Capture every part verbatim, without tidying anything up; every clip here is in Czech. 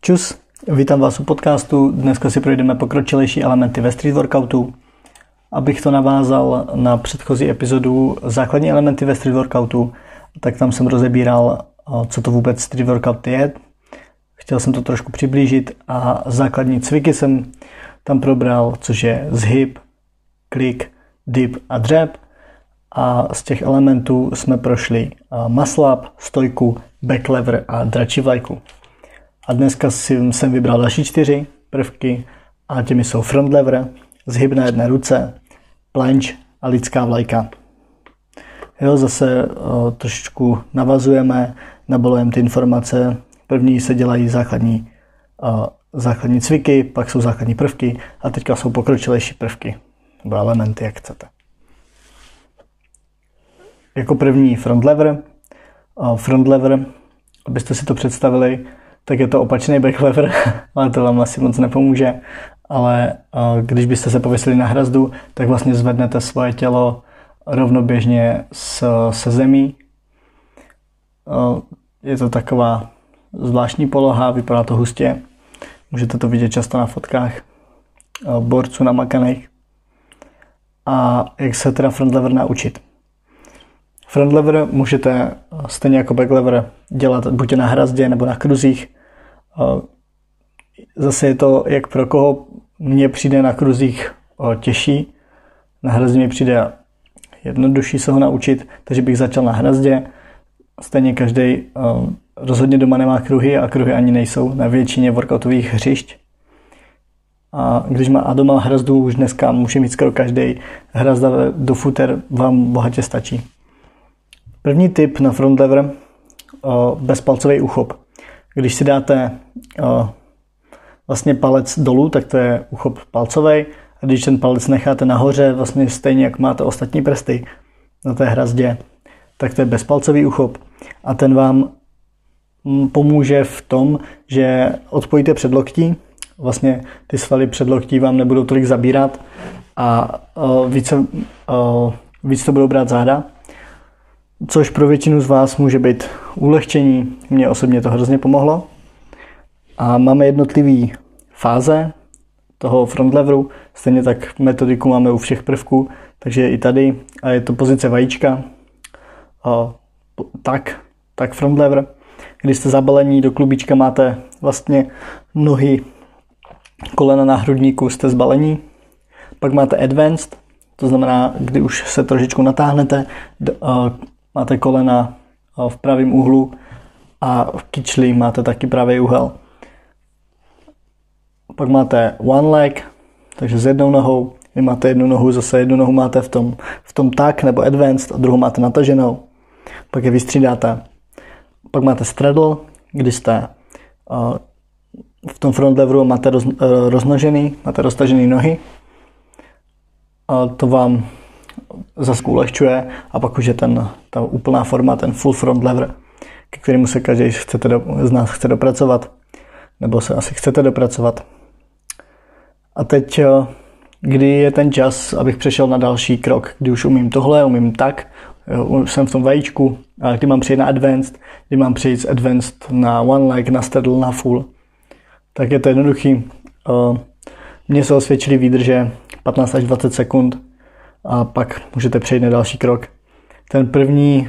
Čus, vítám vás u podcastu. Dneska si projdeme pokročilejší elementy ve street workoutu. Abych to navázal na předchozí epizodu základní elementy ve street workoutu, tak tam jsem rozebíral, co to vůbec street workout je. Chtěl jsem to trošku přiblížit a základní cviky jsem tam probral, což je zhyb, klik, dip a dřep. A z těch elementů jsme prošli muscle up, stojku, back lever a dračí vlajku. A dneska jsem vybral další čtyři prvky a těmi jsou front lever, zhyb na jedné ruce, planche a lidská vlajka. Jo, zase o, trošičku navazujeme, nabalujeme ty informace. První se dělají základní, o, základní cviky, pak jsou základní prvky a teďka jsou pokročilejší prvky nebo elementy, jak chcete. Jako první front lever. O, front lever, abyste si to představili, tak je to opačný back lever, ale to vám asi moc nepomůže. Ale o, když byste se pověsili na hrazdu, tak vlastně zvednete svoje tělo rovnoběžně s, se zemí. O, je to taková zvláštní poloha, vypadá to hustě. Můžete to vidět často na fotkách o, borců namakaných. A jak se teda front lever naučit? Front lever můžete stejně jako back lever dělat buď na hrazdě nebo na kruzích. Zase je to jak pro koho. Mně přijde na kruzích těžší. Na hrazdě mi přijde jednodušší se ho naučit, takže bych začal na hrazdě. Stejně každý rozhodně doma nemá kruhy a kruhy ani nejsou na většině workoutových hřišť. A když má a doma hrazdu, už dneska může mít skoro každý, hrazda do futer vám bohatě stačí. První tip na front lever, bezpalcový úchop. Když si dáte vlastně palec dolů, tak to je úchop palcový. A když ten palec necháte nahoře, vlastně stejně jak máte ostatní prsty na té hrazdě, tak to je bezpalcový úchop. A ten vám pomůže v tom, že odpojíte předloktí. Vlastně ty svaly předloktí vám nebudou tolik zabírat a více, víc to budou brát záda. Což pro většinu z vás může být ulehčení. Mně osobně to hrozně pomohlo. A máme jednotlivé fáze toho front leveru. Stejně tak metodiku máme u všech prvků. Takže i tady. A je to pozice vajíčka. A tak, tak front lever. Když jste zabalení do klubíčka, máte vlastně nohy, kolena na hrudníku, jste zbalení. Pak máte advanced. To znamená, kdy už se trošičku natáhnete, máte kolena v pravém úhlu a v kyčli máte taky pravý úhel. Pak máte one leg, takže s jednou nohou. Vy máte jednu nohu, zase jednu nohu máte v tom, v tom tak nebo advanced a druhou máte nataženou. Pak je vystřídáte. Pak máte straddle, kdy jste v tom front leveru máte roz, roznožený, máte roztažený nohy. A to vám zase ulehčuje a pak už je ten, ta úplná forma, ten full front lever, ke kterému se každý chcete do, z nás chce dopracovat, nebo se asi chcete dopracovat. A teď, kdy je ten čas, abych přešel na další krok, kdy už umím tohle, umím tak, už jsem v tom vajíčku, a kdy mám přejít na advanced, kdy mám přejít z advanced na one leg, na straddle, na full, tak je to jednoduchý. Mně se osvědčily výdrže patnáct až dvacet sekund a pak můžete přejít na další krok. Ten první,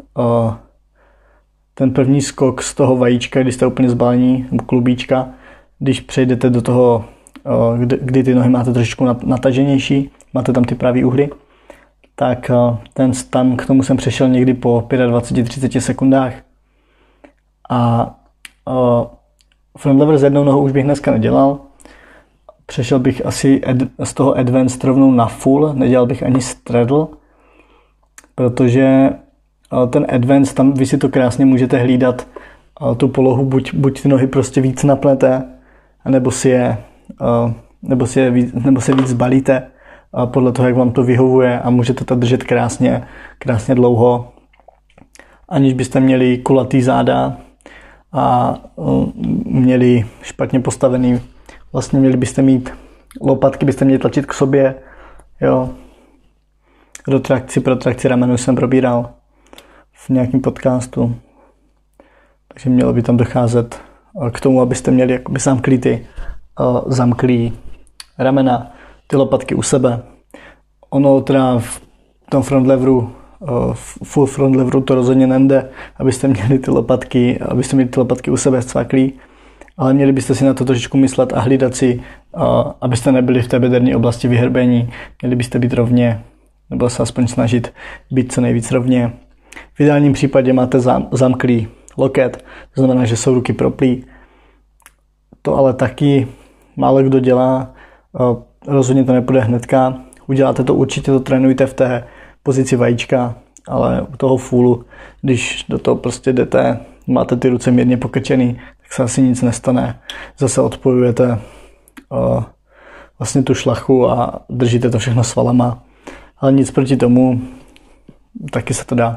ten první skok z toho vajíčka, když jste úplně zbalení, nebo klubíčka, když přejdete do toho, kdy ty nohy máte trošičku nataženější, máte tam ty pravý uhly, tak ten tam k tomu jsem přešel někdy po dvacet pět až třicet sekundách. A front lever s jednou nohou už bych dneska nedělal. Přešel bych asi z toho advanced rovnou na full, nedělal bych ani straddle, protože ten advanced, tam vy si to krásně můžete hlídat tu polohu, buď, buď ty nohy prostě víc napnete, nebo si je, nebo si je víc, nebo si víc zbalíte podle toho, jak vám to vyhovuje a můžete to držet krásně, krásně dlouho, aniž byste měli kulatý záda a měli špatně postavený. Vlastně měli byste mít lopatky, byste měli tlačit k sobě, jo. Rotrakci, protrakci ramenu jsem probíral v nějakém podcastu. Takže mělo by tam docházet k tomu, abyste měli jakoby zamklý ty zamklý ramena, ty lopatky u sebe. Ono teda v tom front leveru, full front leveru to rozhodně nejde, abyste měli ty lopatky, abyste měli ty lopatky u sebe zcvaklý, ale měli byste si na to trošičku myslet a hlídat si, abyste nebyli v té bederní oblasti vyhrbení, měli byste být rovně, nebo se aspoň snažit být co nejvíc rovně. V ideálním případě máte zamklý loket, to znamená, že jsou ruky proplý. To ale taky málo kdo dělá, rozhodně to nepůjde hnedka. Uděláte to, určitě to trénujte v té pozici vajíčka, ale u toho fullu, když do toho prostě jdete, máte ty ruce mírně pokrčený, tak se asi nic nestane. Zase odpojujete vlastně tu šlachu a držíte to všechno svalama. Ale nic proti tomu, taky se to dá.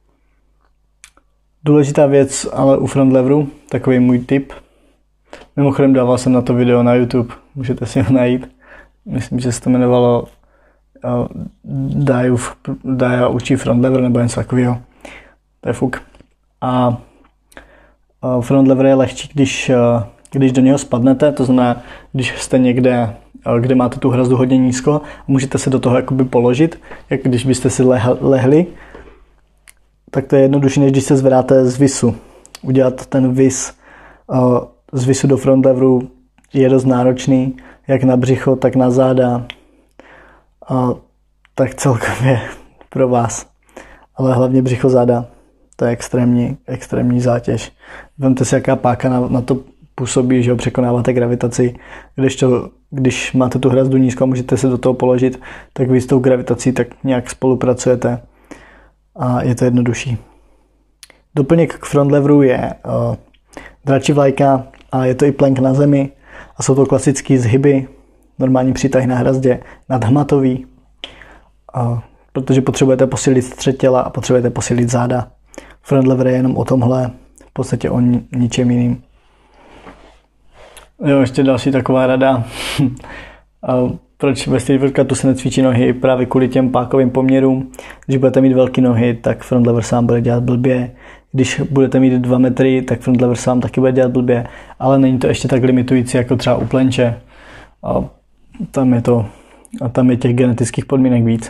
Důležitá věc ale u front leveru, takový můj tip. Mimochodem dával jsem na to video na YouTube, můžete si ho najít. Myslím, že se to jmenovalo uh, Daja učí front lever nebo něco takového. To je fuk. A uh, front lever je lehčí, když, uh, když do něho spadnete, to znamená, když jste někde, uh, kde máte tu hrazdu hodně nízko, můžete se do toho jakoby položit, jak když byste si lehl, lehli, tak to je jednodušší, než když se zvedáte z visu. Udělat ten vis uh, z visu do front leveru je dost náročný, jak na břicho, tak na záda, a tak celkově pro vás. Ale hlavně břicho záda, to je extrémní, extrémní zátěž. Vemte si, jaká páka na, na to působí, že ho překonáváte gravitaci. Když, to, když máte tu hrazdu nízko a můžete se do toho položit, tak vy s tou gravitací tak nějak spolupracujete a je to jednodušší. Doplněk k front leveru je uh, dračí vlajka a je to i plank na zemi a jsou to klasické zhyby, normální přítah na hrazdě, nadhmatový, uh, protože potřebujete posílit střed těla a potřebujete posílit záda. Front lever je jenom o tomhle, v podstatě o ničem jiným. Jo, ještě další taková rada. Proč ve street workoutu se necvičí nohy? Právě kvůli těm pákovým poměrům. Když budete mít velké nohy, tak front lever sám bude dělat blbě. Když budete mít dva metry, tak front lever sám taky bude dělat blbě. Ale není to ještě tak limitující jako třeba u plenče. A tam je to, a tam je těch genetických podmínek víc.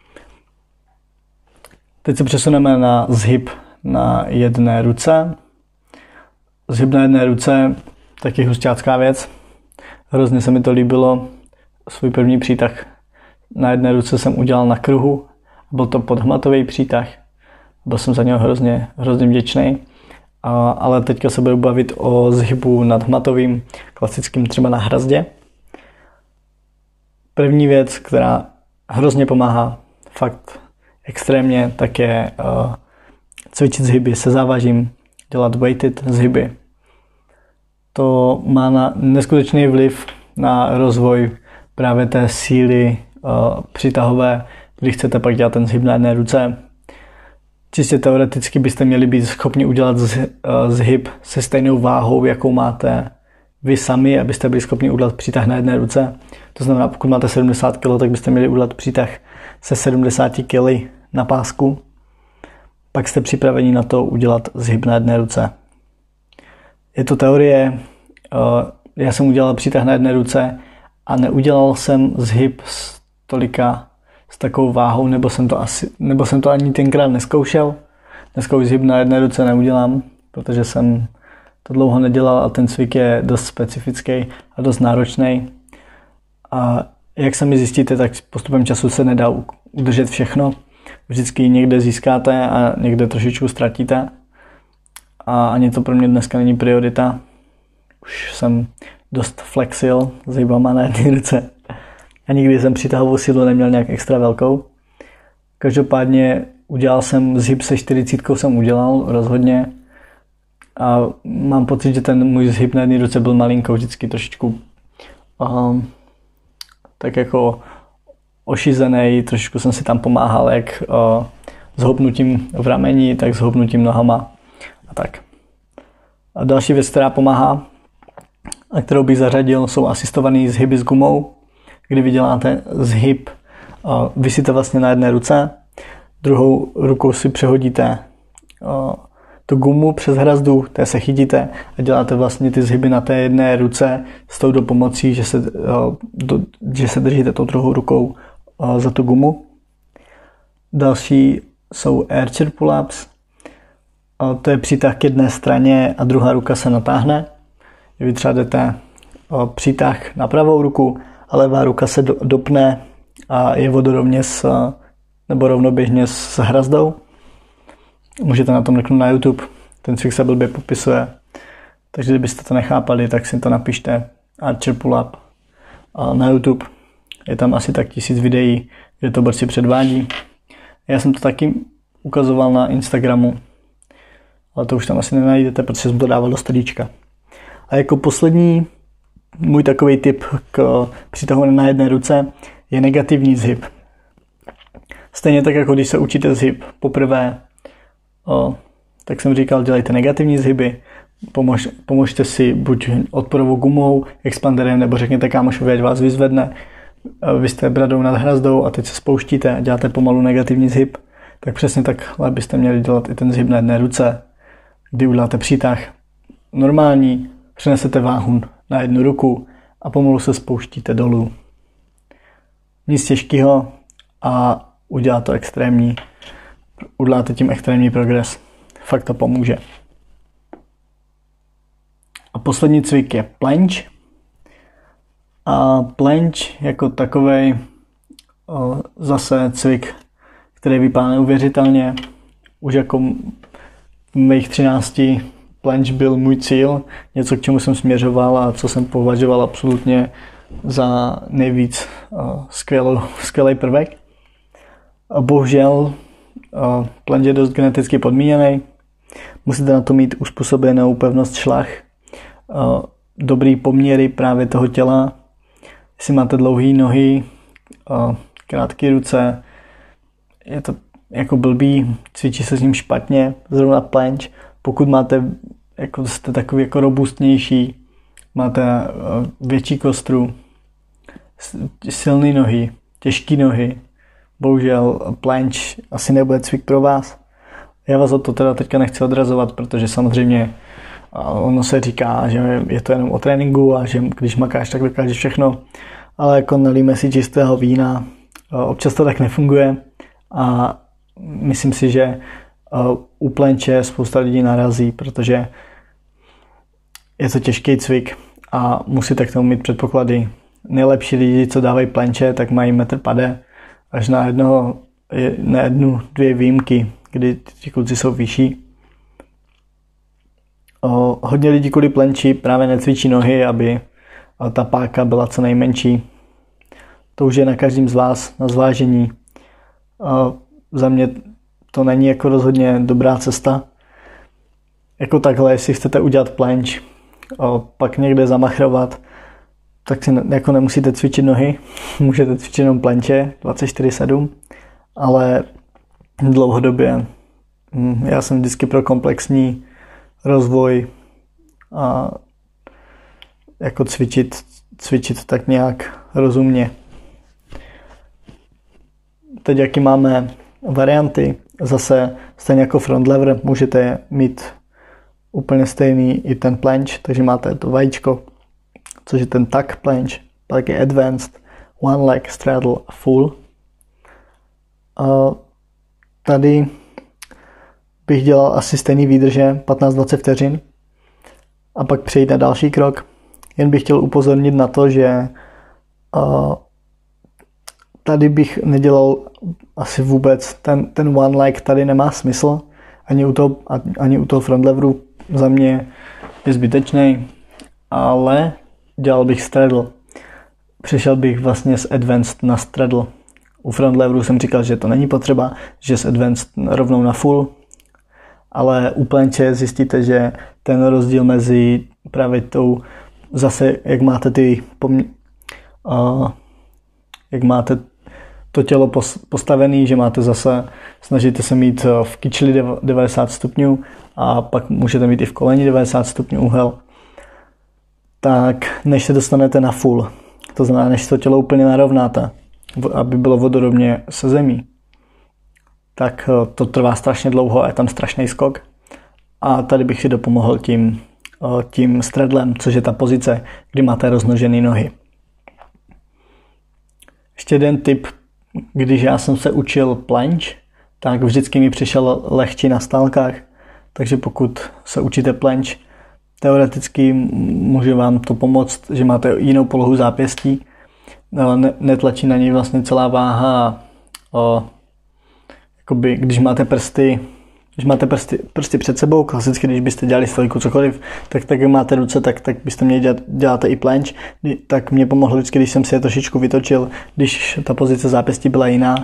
Teď se přesuneme na zhyb na jedné ruce. Zhyb na jedné ruce, taky husťácká věc. Hrozně se mi to líbilo. Svůj první přítah na jedné ruce jsem udělal na kruhu. Byl to podhmatový přítah. Byl jsem za něho hrozně, hrozně vděčný. A, ale teďka se budu bavit o zhybu nad hmatovým, klasickým třeba na hrazdě. První věc, která hrozně pomáhá, fakt extrémně, tak je uh, cvičit zhyby se závažím, dělat weighted zhyby. To má na neskutečný vliv na rozvoj právě té síly uh, přitahové, když chcete pak dělat ten zhyb na jedné ruce. Čistě teoreticky byste měli být schopni udělat z, uh, zhyb se stejnou váhou, jakou máte vy sami, abyste byli schopni udělat přítah na jedné ruce. To znamená, pokud máte sedmdesát kilogramů, tak byste měli udělat přítah se sedmdesáti kilogramů na pásku. Pak jste připraveni na to udělat zhyb na jedné ruce. Je to teorie, já jsem udělal přítah na jedné ruce a neudělal jsem zhyb s tolika, s takovou váhou, nebo jsem to, asi, nebo jsem to ani tenkrát neskoušel. Dneska už zhyb na jedné ruce neudělám, protože jsem to dlouho nedělal a ten cvik je dost specifický a dost náročný. A jak sami zjistíte, tak postupem času se nedá udržet všechno. Vždycky někde získáte a někde trošičku ztratíte. A ani to pro mě dneska není priorita. Už jsem dost flexil s hybama na jedné ruce. A nikdy jsem přitahovou sílu neměl nějak extra velkou. Každopádně udělal jsem zhyb se čtyřicítkou, jsem udělal rozhodně. A mám pocit, že ten můj zhyb na jedné ruce byl malinko, vždycky trošičku um, tak jako ošizený, trošičku jsem si tam pomáhal, jak uh, s hopnutím v rameni, tak s hopnutím nohama a tak. A další věc, která pomáhá a kterou bych zařadil, jsou asistované zhyby s gumou, kdy vy děláte zhyb, uh, visíte vlastně na jedné ruce, druhou rukou si přehodíte uh, tu gumu přes hrazdu, té se chytíte a děláte vlastně ty zhyby na té jedné ruce s tou dopomocí, že se, do, že se držíte tou druhou rukou za tu gumu. Další jsou Archer pull-ups. To je přítah k jedné straně a druhá ruka se natáhne. Vy třeba jdete přítah na pravou ruku a levá ruka se dopne a je vodorovně s, nebo rovnoběžně s hrazdou. Můžete na tom mrknout na YouTube, ten cvik se blbě popisuje. Takže kdybyste to nechápali, tak si to napište Archer pull-up na YouTube. Je tam asi tak tisíc videí, kde to borci předvádí. Já jsem to taky ukazoval na Instagramu, ale to už tam asi nenajdete, protože jsem to dával do stolíčka. A jako poslední můj takový tip k přitahu na jedné ruce je negativní zhyb. Stejně tak, jako když se učíte zhyb poprvé, o, tak jsem říkal, dělejte negativní zhyby, Pomož, pomožte si buď odporovou gumou, expanderem, nebo řekněte kámošovi, ať vás vyzvedne. Vy jste bradou nad hrazdou a teď se spouštíte a děláte pomalu negativní zhyb, tak přesně takhle byste měli dělat i ten zhyb na jedné ruce, kdy uděláte přítah normální, přenesete váhu na jednu ruku a pomalu se spouštíte dolů. Nic těžkého a udělá to extrémní, uděláte tím extrémní progres. Fakt to pomůže. A poslední cvik je planche. A planche jako takovej o, zase cvik, který vypadá neuvěřitelně. Už jako v mých třinácti planche byl můj cíl, něco, k čemu jsem směřoval a co jsem považoval absolutně za nejvíc o, skvělý, skvělý prvek. A bohužel o, planche je dost geneticky podmíněný. Musíte na to mít uspůsobenou pevnost šlach, o, dobrý poměry právě toho těla. Jestli máte dlouhé nohy, o, krátké ruce, je to jako blbý, cvičí se s ním špatně, zrovna planche. Pokud máte, jako jste takový jako robustnější, máte o, větší kostru, silné nohy, těžké nohy, bohužel planche asi nebude cvik pro vás. Já vás od to teda teďka nechci odrazovat, protože samozřejmě ono se říká, že je to jenom o tréninku a že když makáš, tak dokážeš všechno, ale jako nalíme si čistého vína, občas to tak nefunguje a myslím si, že u planche spousta lidí narazí, protože je to těžký cvik a musíte k tomu mít předpoklady. Nejlepší lidi, co dávají planche, tak mají metr pade, až na, jednoho, na jednu, dvě výjimky, kdy ti kluci jsou vyšší. O, hodně lidí kvůli planchi právě necvičí nohy, aby ta páka byla co nejmenší. To už je na každém z vás na zvážení. O, za mě to není jako rozhodně dobrá cesta. Jako takhle, jestli chcete udělat planche, o, pak někde zamachrovat, tak si jako nemusíte cvičit nohy, můžete cvičit jenom planche dvacet čtyři sedm, ale dlouhodobě já jsem vždycky pro komplexní rozvoj a jako cvičit, cvičit tak nějak rozumně. Teď jaký máme varianty, zase stejně jako front lever můžete mít úplně stejný i ten planche, takže máte to vajíčko, což je ten tuck planche, pak je advanced, one leg straddle a full. A tady bych dělal asi stejný výdrže patnáct dvacet vteřin a pak přejít na další krok. Jen bych chtěl upozornit na to, že uh, tady bych nedělal asi vůbec ten, ten one leg tady nemá smysl, ani u toho, ani u toho front leveru za mě je zbytečný, ale dělal bych straddle. Přešel bych vlastně z advanced na straddle. U front leveru jsem říkal, že to není potřeba, že z advanced rovnou na full, ale u planche zjistíte, že ten rozdíl mezi právě tou, zase jak máte ty pomě- uh, jak máte to tělo postavené, že máte zase, snažíte se mít v kyčli devadesát stupňů a pak můžete mít i v koleni devadesát stupňů úhel, tak než se dostanete na full, to znamená, než to tělo úplně narovnáte, aby bylo vodorovně se zemí, tak to trvá strašně dlouho a je tam strašný skok. A tady bych si dopomohl tím, tím stredlem, což je ta pozice, kdy máte roznožené nohy. Ještě jeden tip, když já jsem se učil planche, tak vždycky mi přišel lehčí na stálkách, takže pokud se učíte planche, teoreticky může vám to pomoct, že máte jinou polohu zápěstí, netlačí na něj vlastně celá váha, o, jakoby, když máte prsty, když máte prsty, prsty před sebou, klasicky, když byste dělali stojku, cokoliv, tak tak jak máte ruce, tak, tak byste měli dělat, děláte i planche, tak mě pomohlo vždycky, když jsem si je trošičku vytočil, když ta pozice zápěstí byla jiná.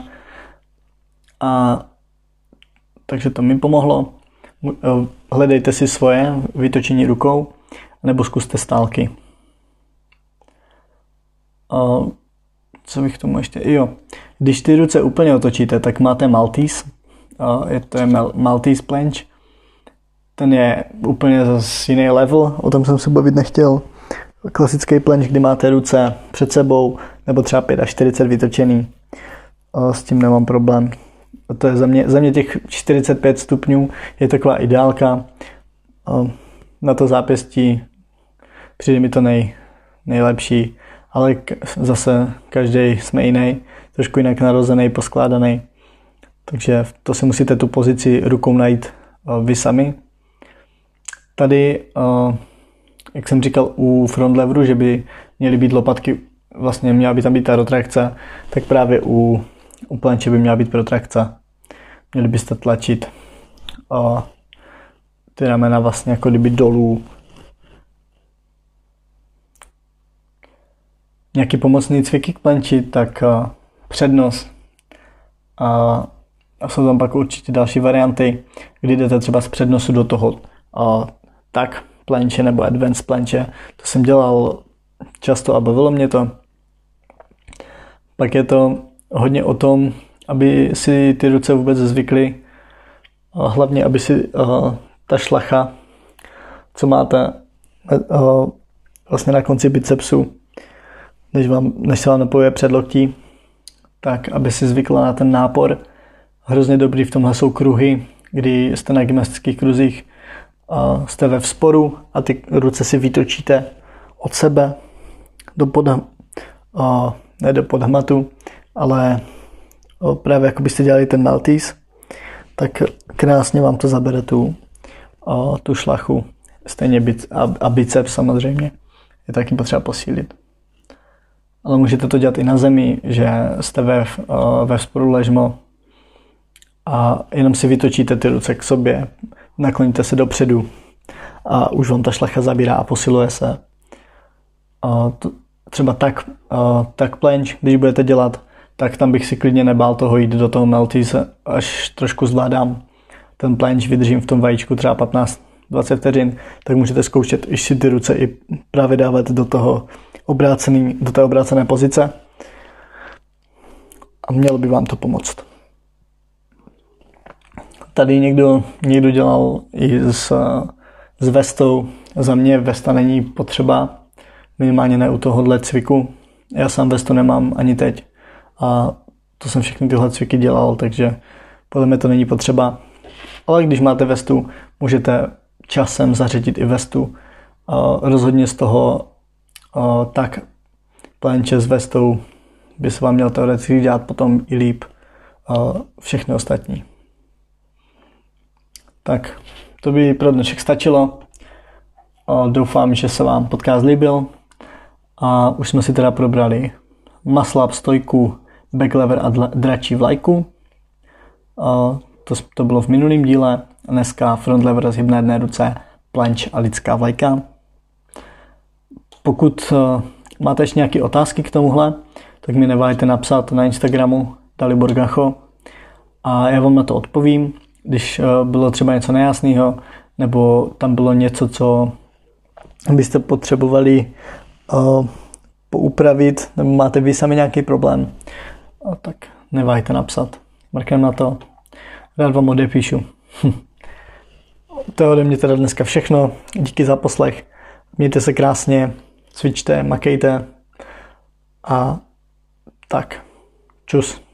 A takže to mi pomohlo. Hledejte si svoje vytočení rukou, nebo zkuste stálky. A co bych tomu ještě... Jo. Když ty ruce úplně otočíte, tak máte Maltese. A je to je Maltese planche. Ten je úplně zase jiný level, o tom jsem se bavit nechtěl. Klasický planche, kdy máte ruce před sebou, nebo třeba čtyřicet pět vytočený. A s tím nemám problém. A to je za mě, za mě těch čtyřicet pět stupňů je taková ideálka. A na to zápěstí přijde mi to nej, nejlepší, ale k, zase každý jsme jiný, trošku jinak narozený, poskládaný. Takže to si musíte tu pozici rukou najít uh, vy sami. Tady, uh, jak jsem říkal u front leveru, že by měly být lopatky, vlastně měla by tam být ta rotrakce, tak právě u, u planče by měla být protrakce. Měli byste tlačit uh, ty ramena vlastně jako kdyby dolů. Nějaký pomocný cviky k planči, tak uh, přednos. Uh, a jsou tam pak určitě další varianty, kdy jdete třeba z přednosu do toho uh, tak planče nebo advanced planče. To jsem dělal často a bavilo mě to. Pak je to hodně o tom, aby si ty ruce vůbec zvykly. A hlavně, aby si uh, ta šlacha, co máte uh, vlastně na konci bicepsu, než, vám, než se vám napojuje předloktí, tak aby si zvykla na ten nápor. Hrozně dobrý v tomhle jsou kruhy, kdy jste na gymnastických kruzích, uh, jste ve vzporu a ty ruce si vytočíte od sebe do pod, uh, ne do podhmatu, ale uh, právě jako byste dělali ten Maltese, tak krásně vám to zabere tu, uh, tu šlachu. Stejně bic, a, a biceps samozřejmě je taky potřeba posílit. Ale můžete to dělat i na zemi, že jste ve, uh, ve vzporu ležmo a jenom si vytočíte ty ruce k sobě, nakloníte se dopředu a už vám ta šlacha zabírá a posiluje se. Uh, to, třeba tak, uh, tak planche, když budete dělat, tak tam bych si klidně nebál toho jít do toho Maltese, až trošku zvládám ten planche, vydržím v tom vajíčku třeba patnáct dvacet vteřin, tak můžete zkoušet, když si ty ruce i právě dávat do toho obrácený, do té obrácené pozice a mělo by vám to pomoct. Tady někdo, někdo dělal i s, s vestou. Za mě vesta není potřeba, minimálně ne u tohohle cviku. Já sám vestu nemám ani teď a to jsem všechny tyhle cviky dělal, takže podle mě to není potřeba. Ale když máte vestu, můžete časem zařadit i vestu. Rozhodně z toho tak planče s vestou by se vám měl teoreticky dělat potom i líp všechny ostatní. Tak, to by pro dnešek stačilo. Doufám, že se vám podcast líbil. A už jsme si teda probrali muscle up, stojku, back lever a dračí vlajku. To, to bylo v minulém díle. Dneska front lever, zhyb na jedné ruce, planche a lidská vlajka. Pokud máte ještě nějaké otázky k tomuhle, tak mi neváhejte napsat na Instagramu Dalibor Gacho a já vám na to odpovím. Když bylo třeba něco nejasného, nebo tam bylo něco, co byste potřebovali uh, poupravit, nebo máte vy sami nějaký problém, tak neváhejte napsat. Mrknem na to, rád vám odepíšu. To je ode mě teda dneska všechno. Díky za poslech. Mějte se krásně, cvičte, makejte a tak. Čus.